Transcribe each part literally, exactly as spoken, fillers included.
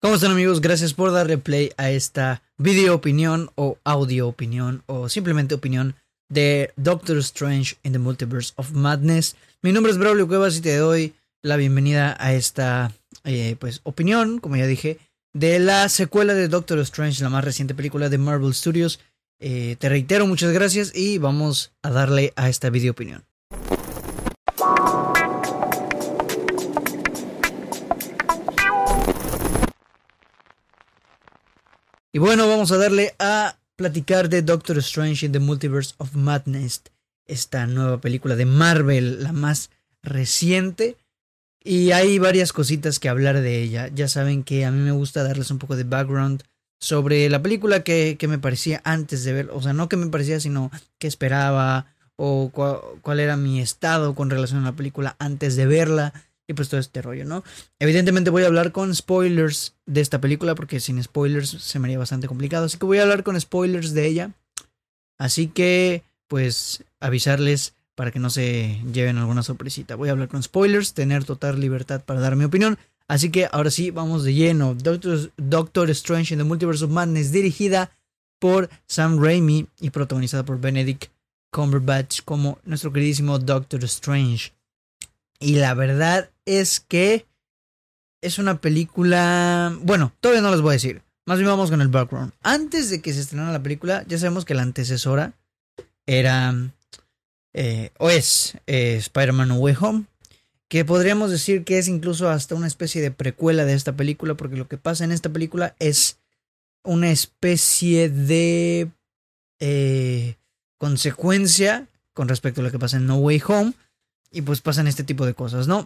¿Cómo están, amigos? Gracias por darle play a esta video opinión o audio opinión o simplemente opinión de Doctor Strange in the Multiverse of Madness. Mi nombre es Braulio Cuevas y te doy la bienvenida a esta eh, pues opinión, como ya dije, de la secuela de Doctor Strange, la más reciente película de Marvel Studios. Eh, te reitero, muchas gracias y vamos a darle a esta video opinión. Y bueno, vamos a darle a platicar de Doctor Strange in the Multiverse of Madness, esta nueva película de Marvel, la más reciente. Y hay varias cositas que hablar de ella. Ya saben que a mí me gusta darles un poco de background sobre la película que, que me parecía antes de ver. O sea, no que me parecía, sino que esperaba o cuál, cuál era mi estado con relación a la película antes de verla. Y pues todo este rollo, ¿no? Evidentemente voy a hablar con spoilers de esta película porque sin spoilers se me haría bastante complicado. Así que voy a hablar con spoilers de ella. Así que, pues, avisarles para que no se lleven alguna sorpresita. Voy a hablar con spoilers, tener total libertad para dar mi opinión. Así que ahora sí, vamos de lleno. Doctor, Doctor Strange in the Multiverse of Madness, dirigida por Sam Raimi y protagonizada por Benedict Cumberbatch como nuestro queridísimo Doctor Strange. Y la verdad es que es una película... Bueno, todavía no les voy a decir. Más bien vamos con el background. Antes de que se estrenara la película, ya sabemos que la antecesora era... Eh, o es eh, Spider-Man No Way Home. Que podríamos decir que es incluso hasta una especie de precuela de esta película. Porque lo que pasa en esta película es una especie de... Eh, consecuencia con respecto a lo que pasa en No Way Home. Y pues pasan este tipo de cosas, ¿no?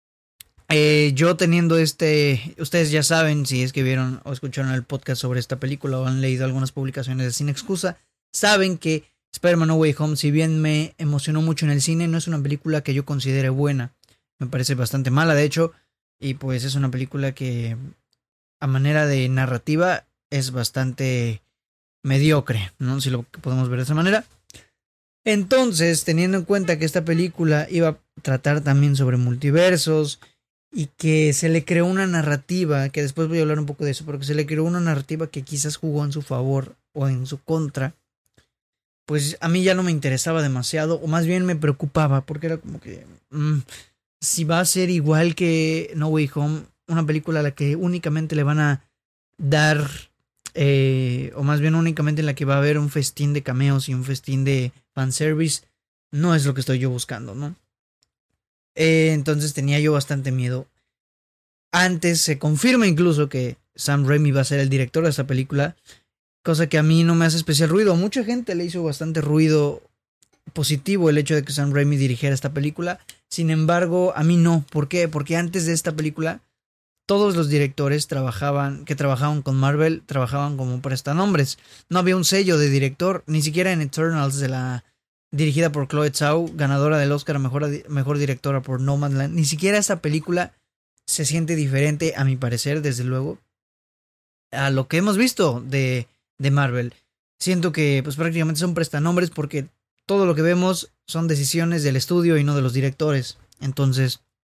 Eh, yo teniendo este... Ustedes ya saben, si es que vieron o escucharon el podcast sobre esta película o han leído algunas publicaciones de Sin Excusa, saben que Spider-Man No Way Home, si bien me emocionó mucho en el cine, no es una película que yo considere buena. Me parece bastante mala, de hecho. Y pues es una película que a manera de narrativa es bastante mediocre, ¿no? Si lo podemos ver de esa manera. Entonces, teniendo en cuenta que esta película iba a tratar también sobre multiversos y que se le creó una narrativa, que después voy a hablar un poco de eso, pero que se le creó una narrativa que quizás jugó en su favor o en su contra, pues a mí ya no me interesaba demasiado, o más bien me preocupaba, porque era como que mmm, si va a ser igual que No Way Home, una película a la que únicamente le van a dar... Eh, o más bien únicamente en la que va a haber un festín de cameos y un festín de fanservice, no es lo que estoy yo buscando, ¿no? Eh, entonces tenía yo bastante miedo. Antes se confirma incluso que Sam Raimi va a ser el director de esta película, cosa que a mí no me hace especial ruido. A mucha gente le hizo bastante ruido positivo el hecho de que Sam Raimi dirigiera esta película. Sin embargo, a mí no. ¿Por qué? Porque antes de esta película todos los directores trabajaban, que trabajaban con Marvel, trabajaban como prestanombres. No había un sello de director, ni siquiera en Eternals, de la dirigida por Chloe Zhao, ganadora del Oscar a mejor, mejor directora por Nomadland. Ni siquiera esta película se siente diferente, a mi parecer, desde luego, a lo que hemos visto de, de Marvel. Siento que pues prácticamente son prestanombres porque todo lo que vemos son decisiones del estudio y no de los directores. Entonces...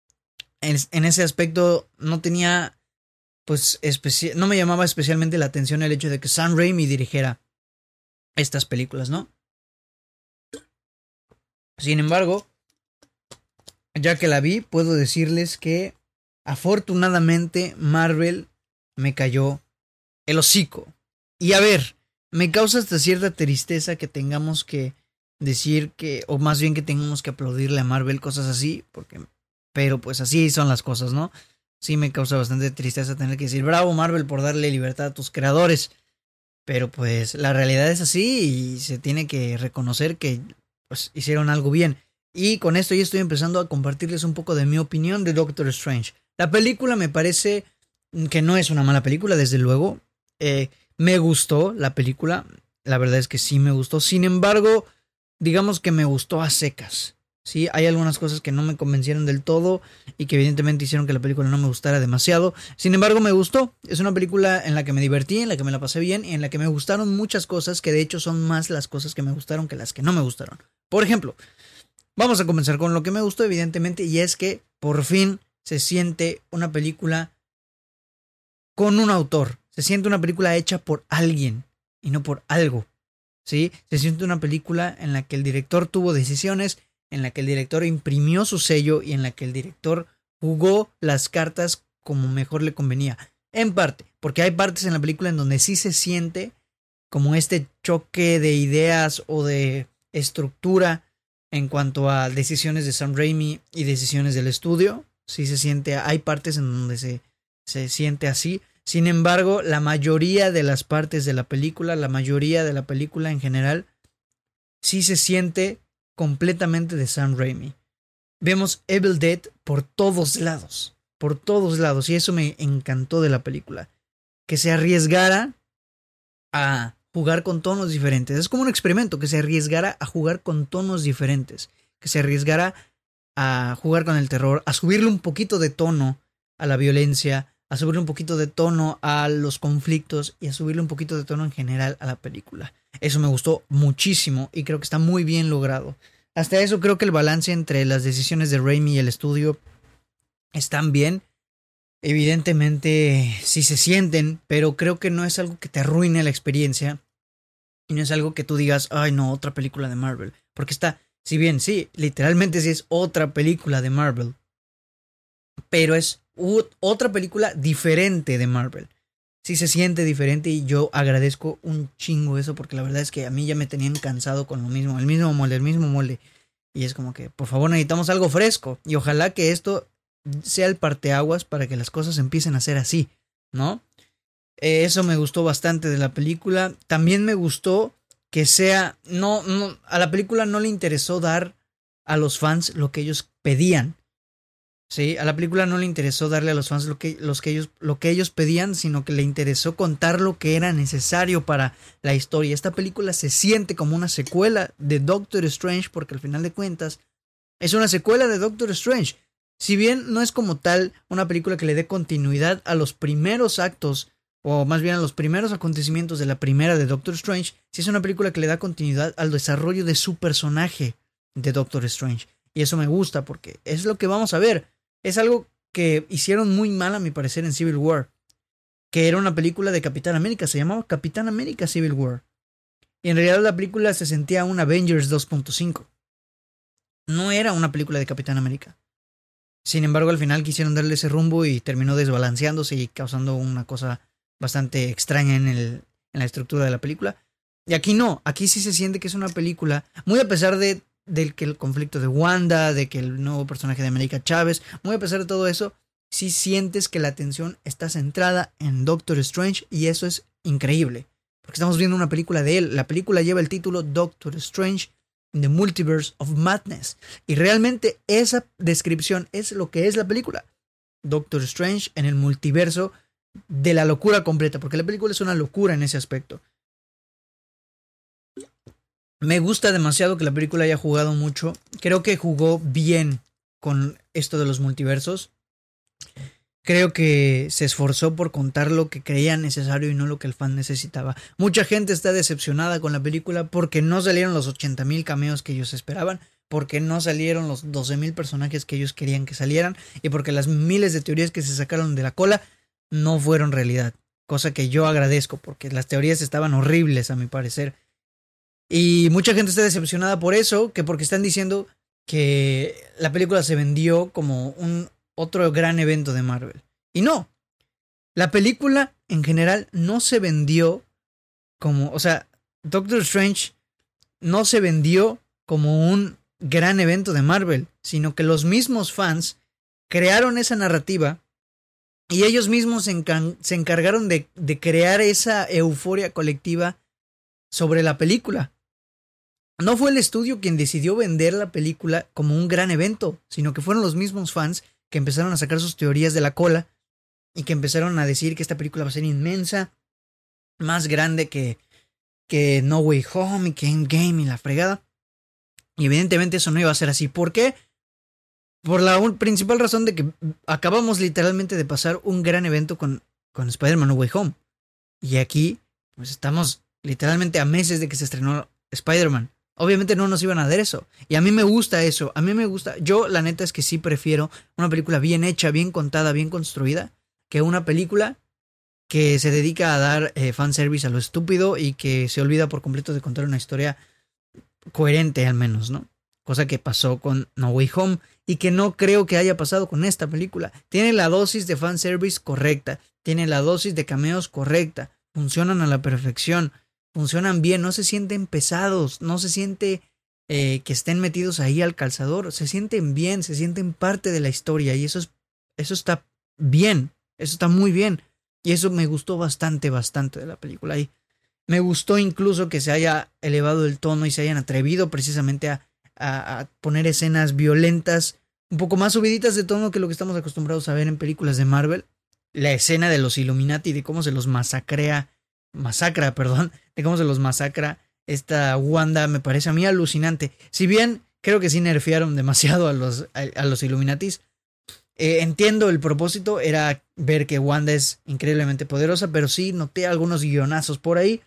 en ese aspecto no tenía, pues, especi- no me llamaba especialmente la atención el hecho de que Sam Raimi dirigiera estas películas, ¿no? Sin embargo, ya que la vi, puedo decirles que afortunadamente Marvel me cayó el hocico. Y a ver, me causa hasta cierta tristeza que tengamos que decir que, o más bien que tengamos que aplaudirle a Marvel, cosas así, porque... Pero pues así son las cosas, ¿no? Sí me causa bastante tristeza tener que decir bravo Marvel por darle libertad a tus creadores. Pero pues la realidad es así y se tiene que reconocer que pues, hicieron algo bien. Y con esto ya estoy empezando a compartirles un poco de mi opinión de Doctor Strange. La película me parece que no es una mala película, desde luego. Eh, me gustó la película. La verdad es que sí me gustó. Sin embargo, digamos que me gustó a secas. Sí, hay algunas cosas que no me convencieron del todo y que evidentemente hicieron que la película no me gustara demasiado. Sin embargo, me gustó. Es una película en la que me divertí, en la que me la pasé bien y en la que me gustaron muchas cosas que de hecho son más las cosas que me gustaron que las que no me gustaron. Por ejemplo, vamos a comenzar con lo que me gustó evidentemente y es que por fin se siente una película con un autor. Se siente una película hecha por alguien y no por algo. ¿Sí? Se siente una película en la que el director tuvo decisiones, en la que el director imprimió su sello y en la que el director jugó las cartas como mejor le convenía. En parte, porque hay partes en la película en donde sí se siente como este choque de ideas o de estructura en cuanto a decisiones de Sam Raimi y decisiones del estudio. Sí se siente, hay partes en donde se, se siente así. Sin embargo, la mayoría de las partes de la película, la mayoría de la película en general, sí se siente completamente de Sam Raimi. Vemos Evil Dead por todos lados, por todos lados, y eso me encantó de la película. Que se arriesgara a jugar con tonos diferentes. Es como un experimento, que se arriesgara a jugar con tonos diferentes, que se arriesgara a jugar con el terror, a subirle un poquito de tono a la violencia, a subirle un poquito de tono a los conflictos y a subirle un poquito de tono en general a la película. Eso me gustó muchísimo y creo que está muy bien logrado. Hasta eso creo que el balance entre las decisiones de Raimi y el estudio están bien. Evidentemente sí se sienten, pero creo que no es algo que te arruine la experiencia y no es algo que tú digas, ay no, otra película de Marvel. Porque está, si bien sí, literalmente sí es otra película de Marvel, pero es otra película diferente de Marvel. Sí se siente diferente y yo agradezco un chingo eso porque la verdad es que a mí ya me tenían cansado con lo mismo, el mismo molde, el mismo molde. Y es como que, por favor, necesitamos algo fresco y ojalá que esto sea el parteaguas para que las cosas empiecen a ser así, ¿no? Eh, eso me gustó bastante de la película. También me gustó que sea, no, no, a la película no le interesó dar a los fans lo que ellos pedían. Sí, a la película no le interesó darle a los fans lo que, los que ellos, lo que ellos pedían, sino que le interesó contar lo que era necesario para la historia. Esta película se siente como una secuela de Doctor Strange, porque al final de cuentas es una secuela de Doctor Strange. Si bien no es como tal una película que le dé continuidad a los primeros actos, o más bien a los primeros acontecimientos de la primera de Doctor Strange, sí es una película que le da continuidad al desarrollo de su personaje de Doctor Strange. Y eso me gusta porque es lo que vamos a ver. Es algo que hicieron muy mal a mi parecer en Civil War, que era una película de Capitán América, se llamaba Capitán América Civil War. Y en realidad la película se sentía un Avengers dos punto cinco. No era una película de Capitán América. Sin embargo, al final quisieron darle ese rumbo y terminó desbalanceándose y causando una cosa bastante extraña en, el, en la estructura de la película. Y aquí no, aquí sí se siente que es una película, muy a pesar de del que el conflicto de Wanda, de que el nuevo personaje de América Chávez, muy a pesar de todo eso, sí sientes que la atención está centrada en Doctor Strange y eso es increíble, porque estamos viendo una película de él. La película lleva el título Doctor Strange in the Multiverse of Madness y realmente esa descripción es lo que es la película. Doctor Strange en el multiverso de la locura completa, porque la película es una locura en ese aspecto. Me gusta demasiado que la película haya jugado mucho. Creo que jugó bien con esto de los multiversos. Creo que se esforzó por contar lo que creía necesario y no lo que el fan necesitaba. Mucha gente está decepcionada con la película porque no salieron los ochenta mil cameos que ellos esperaban, porque no salieron los doce mil personajes que ellos querían que salieran y porque las miles de teorías que se sacaron de la cola no fueron realidad. Cosa que yo agradezco porque las teorías estaban horribles a mi parecer. Y mucha gente está decepcionada por eso, que porque están diciendo que la película se vendió como un otro gran evento de Marvel. Y no, la película en general no se vendió como, o sea, Doctor Strange no se vendió como un gran evento de Marvel, sino que los mismos fans crearon esa narrativa y ellos mismos se, encan- se encargaron de, de crear esa euforia colectiva sobre la película. No fue el estudio quien decidió vender la película como un gran evento, sino que fueron los mismos fans que empezaron a sacar sus teorías de la cola y que empezaron a decir que esta película va a ser inmensa, más grande que, que No Way Home y que Endgame y la fregada. Y evidentemente eso no iba a ser así. ¿Por qué? Por la un, principal razón de que acabamos literalmente de pasar un gran evento con, con Spider-Man No Way Home. Y aquí pues estamos literalmente a meses de que se estrenó Spider-Man. Obviamente no nos iban a dar eso. Y a mí me gusta eso. A mí me gusta. Yo la neta es que sí prefiero una película bien hecha, bien contada, bien construida, que una película que se dedica a dar eh, fanservice a lo estúpido y que se olvida por completo de contar una historia coherente al menos, ¿no? Cosa que pasó con No Way Home y que no creo que haya pasado con esta película. Tiene la dosis de fanservice correcta, tiene la dosis de cameos correcta, funcionan a la perfección, funcionan bien, no se sienten pesados, no se siente eh, que estén metidos ahí al calzador, se sienten bien, se sienten parte de la historia y eso es, eso está bien, eso está muy bien y eso me gustó bastante, bastante de la película. Y me gustó incluso que se haya elevado el tono y se hayan atrevido precisamente a, a, a poner escenas violentas, un poco más subiditas de tono que lo que estamos acostumbrados a ver en películas de Marvel. La escena de los Illuminati, de cómo se los masacrea, masacra, perdón, de cómo se los masacra esta Wanda, me parece a mí alucinante. Si bien creo que sí nerfearon demasiado a los, a, a los Illuminatis, eh, entiendo el propósito, era ver que Wanda es increíblemente poderosa, pero sí noté algunos guionazos por ahí.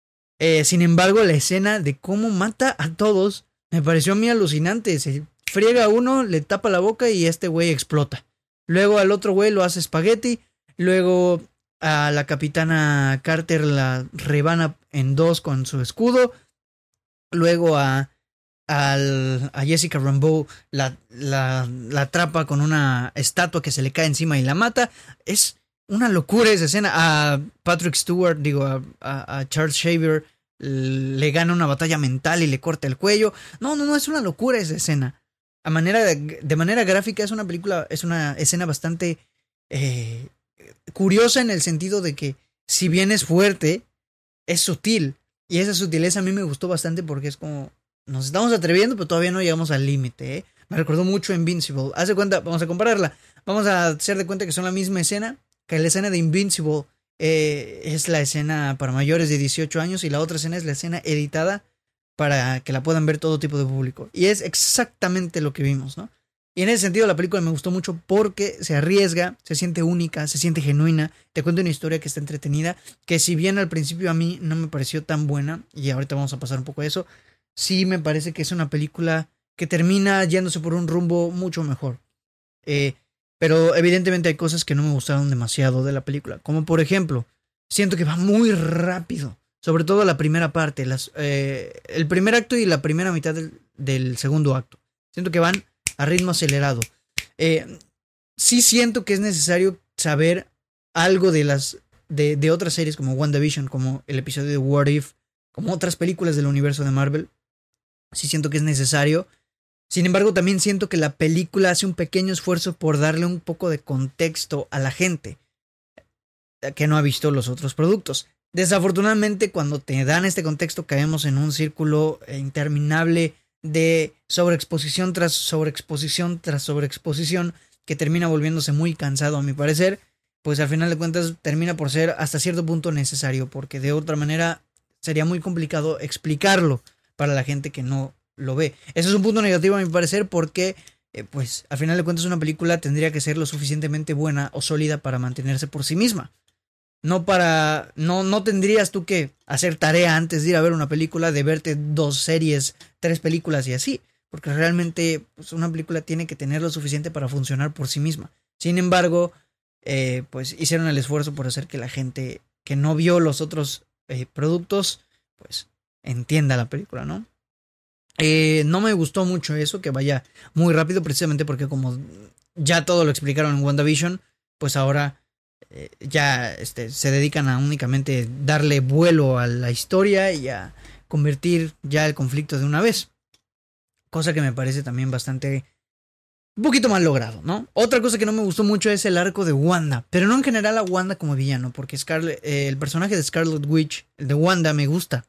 Eh, sin embargo, la escena de cómo mata a todos me pareció a mí alucinante. Se friega a uno, le tapa la boca y este güey explota. Luego al otro güey lo hace espagueti. Luego a la capitana Carter la rebana en dos con su escudo. Luego a, a, a Jessica Rambeau la, la, la atrapa con una estatua que se le cae encima y la mata. Es una locura esa escena. A Patrick Stewart, digo, a, a, a Charles Xavier le gana una batalla mental y le corta el cuello. No, no, no, es una locura esa escena. A manera de, de manera gráfica es una película, es una escena bastante eh, curiosa en el sentido de que si bien es fuerte, es sutil. Y esa sutileza a mí me gustó bastante porque es como, nos estamos atreviendo, pero todavía no llegamos al límite, ¿eh? Me recordó mucho Invincible. Haz de cuenta, vamos a compararla. Vamos a hacer de cuenta que son la misma escena, que la escena de Invincible eh, es la escena para mayores de dieciocho años y la otra escena es la escena editada para que la puedan ver todo tipo de público. Y es exactamente lo que vimos, ¿no? Y en ese sentido la película me gustó mucho porque se arriesga, se siente única, se siente genuina, te cuenta una historia que está entretenida, que si bien al principio a mí no me pareció tan buena, y ahorita vamos a pasar un poco a eso, sí me parece que es una película que termina yéndose por un rumbo mucho mejor. Eh, pero evidentemente hay cosas que no me gustaron demasiado de la película, como por ejemplo, siento que va muy rápido. Sobre todo la primera parte, las, eh, el primer acto y la primera mitad del, del segundo acto. Siento que van a ritmo acelerado. Eh, sí siento que es necesario saber algo de las de, de otras series como WandaVision, como el episodio de What If, como otras películas del universo de Marvel. Sí siento que es necesario. Sin embargo, también siento que la película hace un pequeño esfuerzo por darle un poco de contexto a la gente que no ha visto los otros productos. Desafortunadamente, cuando te dan este contexto, caemos en un círculo interminable de sobreexposición tras sobreexposición tras sobreexposición que termina volviéndose muy cansado, a mi parecer. Pues al final de cuentas termina por ser hasta cierto punto necesario, porque de otra manera sería muy complicado explicarlo para la gente que no lo ve. Eso es un punto negativo a mi parecer, porque eh, pues al final de cuentas una película tendría que ser lo suficientemente buena o sólida para mantenerse por sí misma. No para. No, no tendrías tú que hacer tarea antes de ir a ver una película, de verte dos series, tres películas y así. Porque realmente pues, una película tiene que tener lo suficiente para funcionar por sí misma. Sin embargo, eh, pues hicieron el esfuerzo por hacer que la gente que no vio los otros eh, productos, pues entienda la película, ¿no? Eh, no me gustó mucho eso, que vaya muy rápido, precisamente porque como ya todo lo explicaron en WandaVision, pues ahora eh, ya este, se dedican a únicamente darle vuelo a la historia y a convertir ya el conflicto de una vez. Cosa que me parece también bastante... un poquito mal logrado, ¿no? Otra cosa que no me gustó mucho es el arco de Wanda, pero no en general a Wanda como villano, porque Scarlet, eh, el personaje de Scarlet Witch, el de Wanda, me gusta.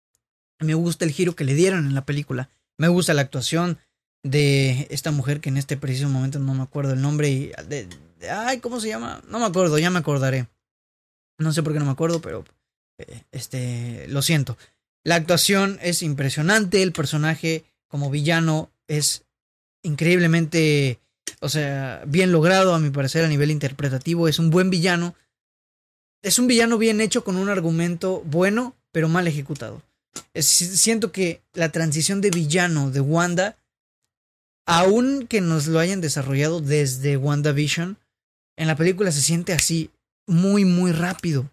Me gusta el giro que le dieron en la película. Me gusta la actuación de esta mujer que en este preciso momento no me acuerdo el nombre. Y de, de, ay, ¿cómo se llama? No me acuerdo, ya me acordaré. No sé por qué no me acuerdo, pero eh, este, lo siento. La actuación es impresionante. El personaje como villano es increíblemente, o sea, bien logrado a mi parecer a nivel interpretativo. Es un buen villano. Es un villano bien hecho con un argumento bueno, pero mal ejecutado. Siento que la transición de villano de Wanda, aun que nos lo hayan desarrollado desde WandaVision, en la película se siente así. muy, muy rápido.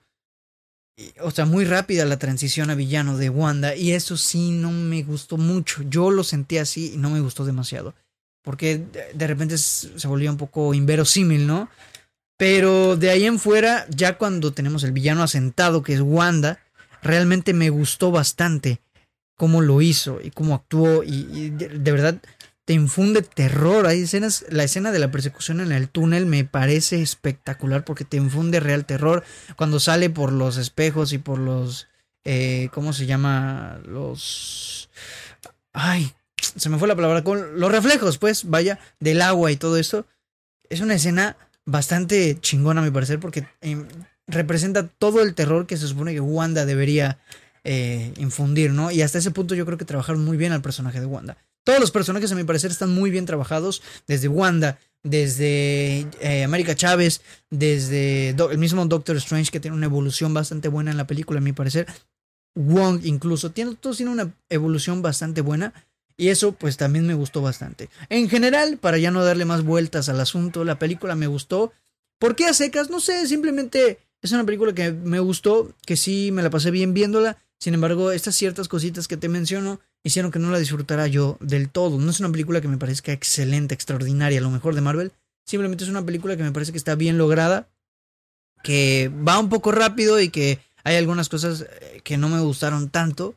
O sea, muy rápida la transición a villano de Wanda. Y eso sí no me gustó mucho. Yo lo sentí así y no me gustó demasiado. Porque de repente se volvía un poco inverosímil, ¿no? Pero de ahí en fuera, ya cuando tenemos el villano asentado, que es Wanda, realmente me gustó bastante cómo lo hizo y cómo actuó. Y, y de, de verdad te infunde terror. Hay escenas, la escena de la persecución en el túnel me parece espectacular porque te infunde real terror. Cuando sale por los espejos y por los... Eh, ¿Cómo se llama? Los... Ay, se me fue la palabra. Con los reflejos, pues, vaya, del agua y todo eso. Es una escena bastante chingona a mi parecer porque eh, representa todo el terror que se supone que Wanda debería eh, infundir, ¿no? Y hasta ese punto yo creo que trabajaron muy bien al personaje de Wanda. Todos los personajes a mi parecer están muy bien trabajados, desde Wanda, desde eh, América Chávez, desde do- el mismo Doctor Strange, que tiene una evolución bastante buena en la película a mi parecer. Wong incluso, tiene, todos tienen una evolución bastante buena. Y eso pues también me gustó bastante. En general, para ya no darle más vueltas al asunto, la película me gustó. ¿Por qué a secas? No sé, simplemente es una película que me gustó, que sí me la pasé bien viéndola. Sin embargo, estas ciertas cositas que te menciono hicieron que no la disfrutara yo del todo. No es una película que me parezca excelente, extraordinaria, lo mejor de Marvel. Simplemente es una película que me parece que está bien lograda, que va un poco rápido y que hay algunas cosas que no me gustaron tanto.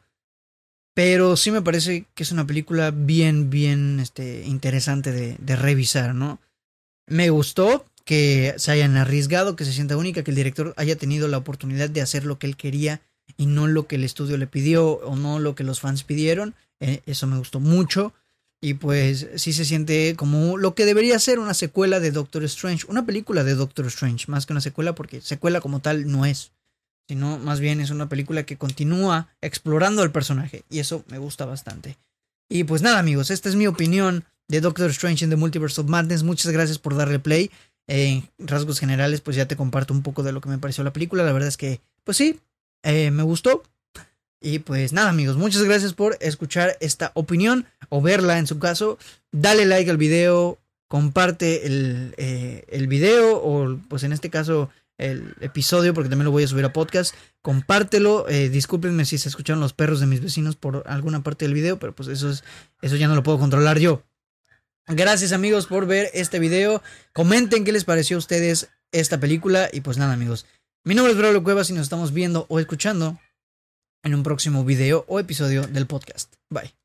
Pero sí me parece que es una película bien, bien este, interesante de, de revisar, ¿no? Me gustó que se hayan arriesgado, que se sienta única, que el director haya tenido la oportunidad de hacer lo que él quería y no lo que el estudio le pidió o no lo que los fans pidieron. Eh, eso me gustó mucho. Y pues sí se siente como lo que debería ser una secuela de Doctor Strange. Una película de Doctor Strange, más que una secuela, porque secuela como tal no es. Sino más bien es una película que continúa explorando al personaje. Y eso me gusta bastante. Y pues nada, amigos, esta es mi opinión de Doctor Strange in the Multiverse of Madness. Muchas gracias por darle play. En rasgos generales, pues ya te comparto un poco de lo que me pareció la película. La verdad es que, pues sí, eh, me gustó. Y pues nada, amigos, muchas gracias por escuchar esta opinión o verla en su caso. Dale like al video, comparte el, eh, el video o pues en este caso el episodio, porque también lo voy a subir a podcast. Compártelo, eh, discúlpenme si se escucharon los perros de mis vecinos por alguna parte del video, pero pues eso es, eso ya no lo puedo controlar yo. Gracias, amigos, por ver este video. Comenten qué les pareció a ustedes esta película. Y pues nada, amigos, mi nombre es Braulio Cuevas y nos estamos viendo o escuchando en un próximo video o episodio del podcast. Bye.